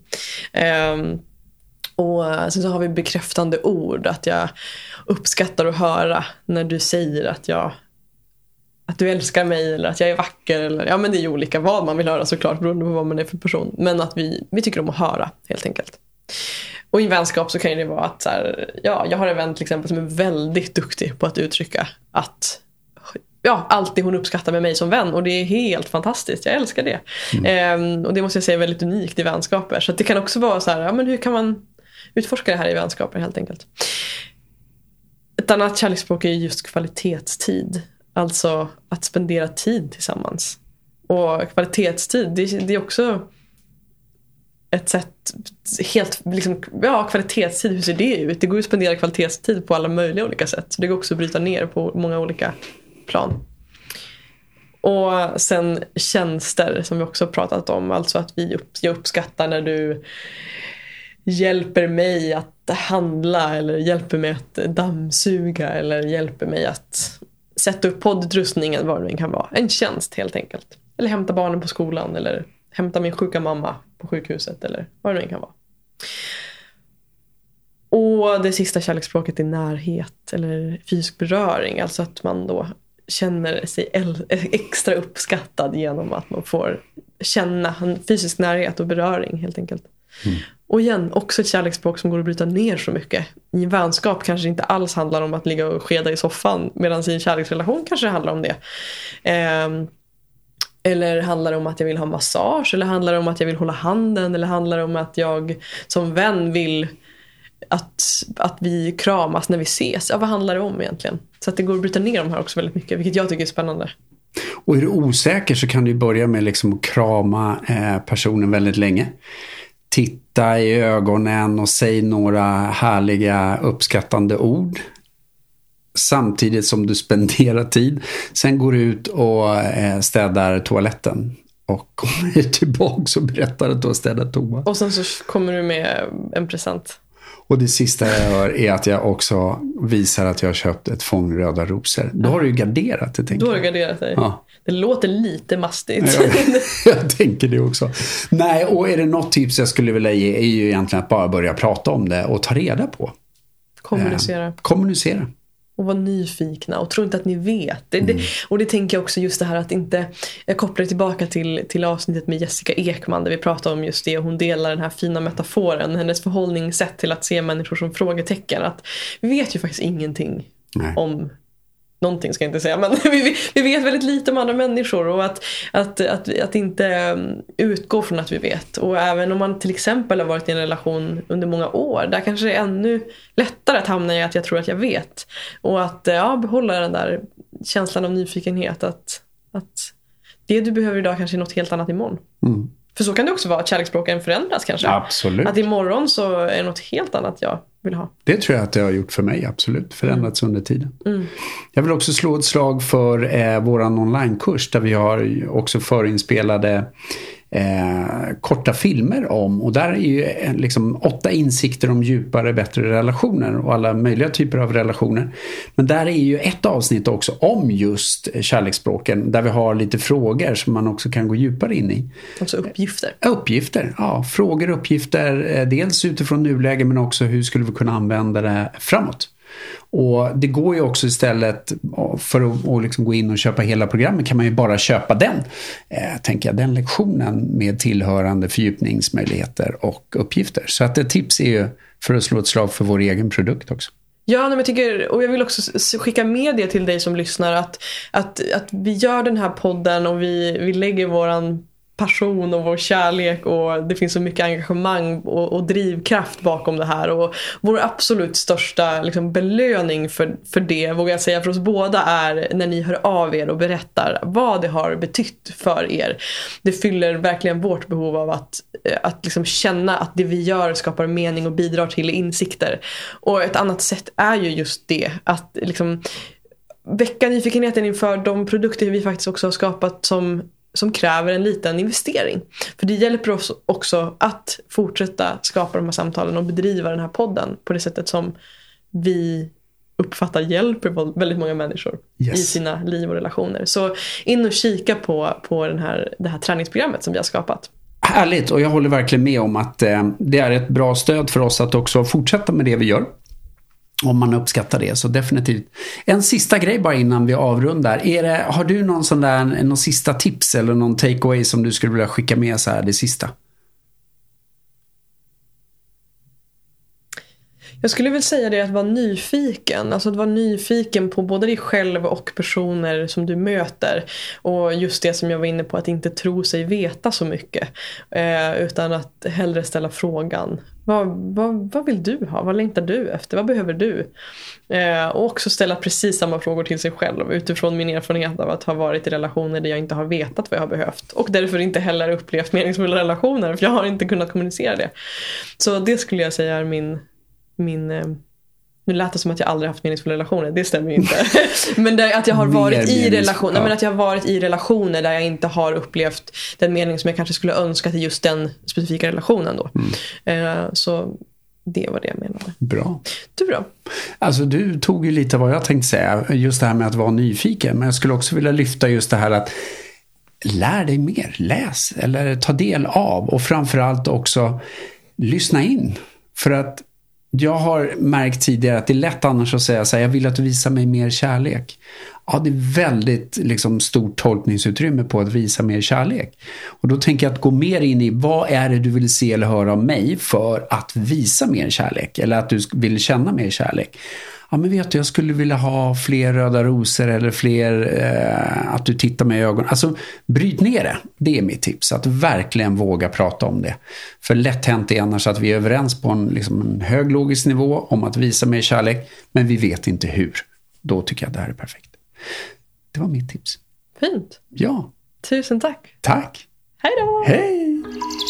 Och sen så har vi bekräftande ord. Att jag uppskattar att höra när du säger att du älskar mig eller att jag är vacker. Eller, men det är ju olika vad man vill höra såklart, beroende på vad man är för person. Men att vi tycker om att höra, helt enkelt. Och i vänskap så kan det vara att så här, jag har en vän till exempel som är väldigt duktig på att uttrycka att allt det hon uppskattar med mig som vän, och det är helt fantastiskt, jag älskar det. Och det måste jag säga är väldigt unikt i vänskaper. Så att det kan också vara så här, men hur kan man utforska det här i vänskaper, helt enkelt. Ett annat kärleksspråk är just kvalitetstid, alltså att spendera tid tillsammans. Och kvalitetstid, det är också ett sätt helt liksom, kvalitetstid, hur ser det ut? Det går ju att spendera kvalitetstid på alla möjliga olika sätt. Så det går också att bryta ner på många olika plan. Och sen tjänster som vi också har pratat om, alltså att jag uppskattar när du hjälper mig att handla eller hjälper mig att dammsuga eller hjälper mig att sätta upp poddutrustningen, vad det kan vara. En tjänst, helt enkelt. Eller hämta barnen på skolan eller hämta min sjuka mamma på sjukhuset eller vad det kan vara. Och det sista kärleksspråket är närhet eller fysisk beröring. Alltså att man då känner sig extra uppskattad genom att man får känna en fysisk närhet och beröring, helt enkelt. Och igen, också ett kärleksspråk som går att bryta ner så mycket. I en vänskap kanske inte alls handlar om att ligga och skeda i soffan, medan i en kärleksrelation kanske det handlar om det. Eller handlar det om att jag vill ha massage, eller handlar det om att jag vill hålla handen, eller handlar det om att jag som vän vill att vi kramas när vi ses. Vad handlar det om egentligen? Så att det går att bryta ner de här också väldigt mycket, vilket jag tycker är spännande. Och är du osäker så kan du börja med liksom att krama personen väldigt länge. Titta i ögonen och säg några härliga uppskattande ord. Samtidigt som du spenderar tid. Sen går du ut och städar toaletten. Och kommer tillbaka och berättar att du har städat toa. Och sen så kommer du med en present. Och det sista jag gör är att jag också visar att jag har köpt ett fång röda rosor. Då har du ju garderat det, tänker jag. Då har du garderat dig. Ja. Det låter lite mastigt. Jag tänker det också. Nej, och är det något tips jag skulle vilja ge är ju egentligen att bara börja prata om det och ta reda på. Kommunicera. Och vara nyfikna och tro inte att ni vet. Och det tänker jag också, just det här att inte... Jag kopplar tillbaka till avsnittet med Jessica Ekman där vi pratar om just det. Och hon delar den här fina metaforen. Hennes förhållningssätt till att se människor som frågetecken. Att vi vet ju faktiskt ingenting om... Någonting ska jag inte säga, men vi vet väldigt lite om andra människor, och att inte utgå från att vi vet. Och även om man till exempel har varit i en relation under många år, där kanske det är ännu lättare att hamna i att jag tror att jag vet. Och att behålla den där känslan av nyfikenhet, att det du behöver idag kanske är något helt annat imorgon. För så kan det också vara att kärleksspråken förändras kanske. Absolut. Att imorgon så är det något helt annat jag vill ha. Det tror jag att det har gjort för mig, absolut. Förändrats under tiden. Jag vill också slå ett slag för våran onlinekurs där vi har också förinspelade korta filmer om, och där är ju liksom 8 insikter om djupare, bättre relationer och alla möjliga typer av relationer. Men där är ju ett avsnitt också om just kärleksspråken där vi har lite frågor som man också kan gå djupare in i. Alltså uppgifter. Uppgifter, ja. Frågor och uppgifter, dels utifrån nuläge men också hur skulle vi kunna använda det framåt. Och det går ju också istället för att liksom gå in och köpa hela programmet kan man ju bara köpa den lektionen med tillhörande fördjupningsmöjligheter och uppgifter. Så att ett tips är ju för att slå ett slag för vår egen produkt också. Ja, men jag tycker, och jag vill också skicka med det till dig som lyssnar att vi gör den här podden och vi lägger våran passion och vår kärlek och det finns så mycket engagemang och drivkraft bakom det här och vår absolut största liksom, belöning för det, vågar jag säga, för oss båda är när ni hör av er och berättar vad det har betytt för er. Det fyller verkligen vårt behov av att liksom känna att det vi gör skapar mening och bidrar till insikter. Och ett annat sätt är ju just det, att liksom väcka nyfikenheten inför de produkter vi faktiskt också har skapat som kräver en liten investering. För det hjälper oss också att fortsätta skapa de här samtalen och bedriva den här podden på det sättet som vi uppfattar hjälper väldigt många människor i sina liv och relationer. Så in och kika på det här träningsprogrammet som vi har skapat. Härligt, och jag håller verkligen med om att det är ett bra stöd för oss att också fortsätta med det vi gör. Om man uppskattar det, så definitivt. En sista grej bara innan vi avrundar. Har du någon sista tips eller någon takeaway som du skulle vilja skicka med så här det sista? Jag skulle väl säga det, att vara nyfiken. Alltså att vara nyfiken på både dig själv och personer som du möter. Och just det som jag var inne på, att inte tro sig veta så mycket. Utan att hellre ställa frågan. Vad vill du ha? Vad längtar du efter? Vad behöver du? Och också ställa precis samma frågor till sig själv utifrån min erfarenhet av att ha varit i relationer där jag inte har vetat vad jag har behövt. Och därför inte heller upplevt meningsfulla relationer, för jag har inte kunnat kommunicera det. Så det skulle jag säga är min nu lät det som att jag aldrig haft meningsfulla relationer. Det stämmer ju inte. Men att jag har varit i relationer, men att jag har varit i relationer där jag inte har upplevt den mening som jag kanske skulle önska till just den specifika relationen då. Så det var det jag menade. Bra. Du då? Alltså du tog ju lite vad jag tänkte säga, just det här med att vara nyfiken, men jag skulle också vilja lyfta just det här att lär dig mer, läs eller ta del av, och framförallt också lyssna in. För att jag har märkt tidigare att det är lätt annars att säga så här, jag vill att du visar mig mer kärlek. Ja, det är väldigt liksom, stort tolkningsutrymme på att visa mer kärlek. Och då tänker jag att gå mer in i vad är det du vill se eller höra av mig för att visa mer kärlek. Eller att du vill känna mer kärlek. Ja, men vet du, jag skulle vilja ha fler röda rosor eller fler att du tittar mig i ögonen. Alltså, bryt ner det. Det är mitt tips. Att verkligen våga prata om det. För lätt hänt är annars att vi är överens på en hög logisk nivå om att visa mer kärlek. Men vi vet inte hur. Då tycker jag att det här är perfekt. Det var mitt tips. Fint. Ja. Tusen tack. Tack. Hej då. Hej.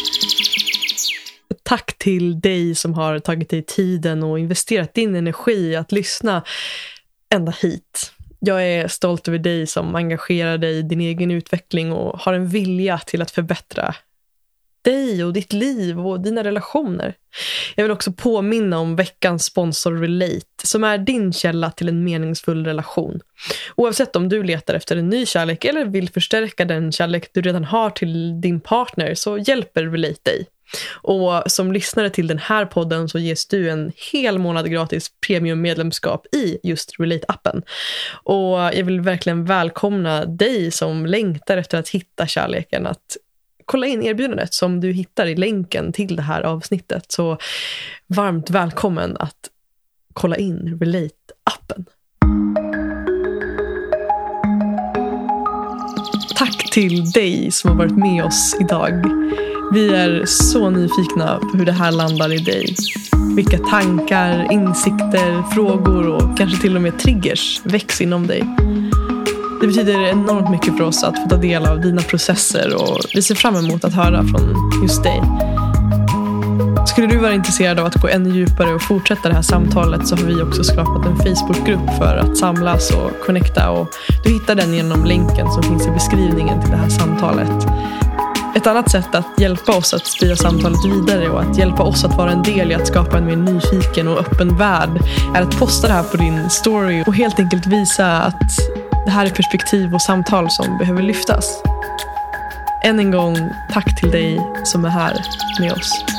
Tack till dig som har tagit dig tiden och investerat din energi att lyssna ända hit. Jag är stolt över dig som engagerar dig i din egen utveckling och har en vilja till att förbättra dig och ditt liv och dina relationer. Jag vill också påminna om veckans sponsor Relate, som är din källa till en meningsfull relation. Oavsett om du letar efter en ny kärlek eller vill förstärka den kärlek du redan har till din partner, så hjälper Relate dig. Och som lyssnare till den här podden så ges du en hel månad gratis premiummedlemskap i just Relate-appen. Och jag vill verkligen välkomna dig som längtar efter att hitta kärleken att kolla in erbjudandet som du hittar i länken till det här avsnittet. Så varmt välkommen att kolla in Relate-appen. Tack till dig som har varit med oss idag. Vi är så nyfikna på hur det här landar i dig. Vilka tankar, insikter, frågor och kanske till och med triggers väcks inom dig. Det betyder enormt mycket för oss att få ta del av dina processer, och vi ser fram emot att höra från just dig. Skulle du vara intresserad av att gå ännu djupare och fortsätta det här samtalet, så har vi också skapat en Facebookgrupp för att samlas och connecta, och du hittar den genom länken som finns i beskrivningen till det här samtalet. Ett annat sätt att hjälpa oss att sprida samtalet vidare och att hjälpa oss att vara en del i att skapa en mer nyfiken och öppen värld är att posta det här på din story och helt enkelt visa att det här är perspektiv och samtal som behöver lyftas. Än en gång, tack till dig som är här med oss.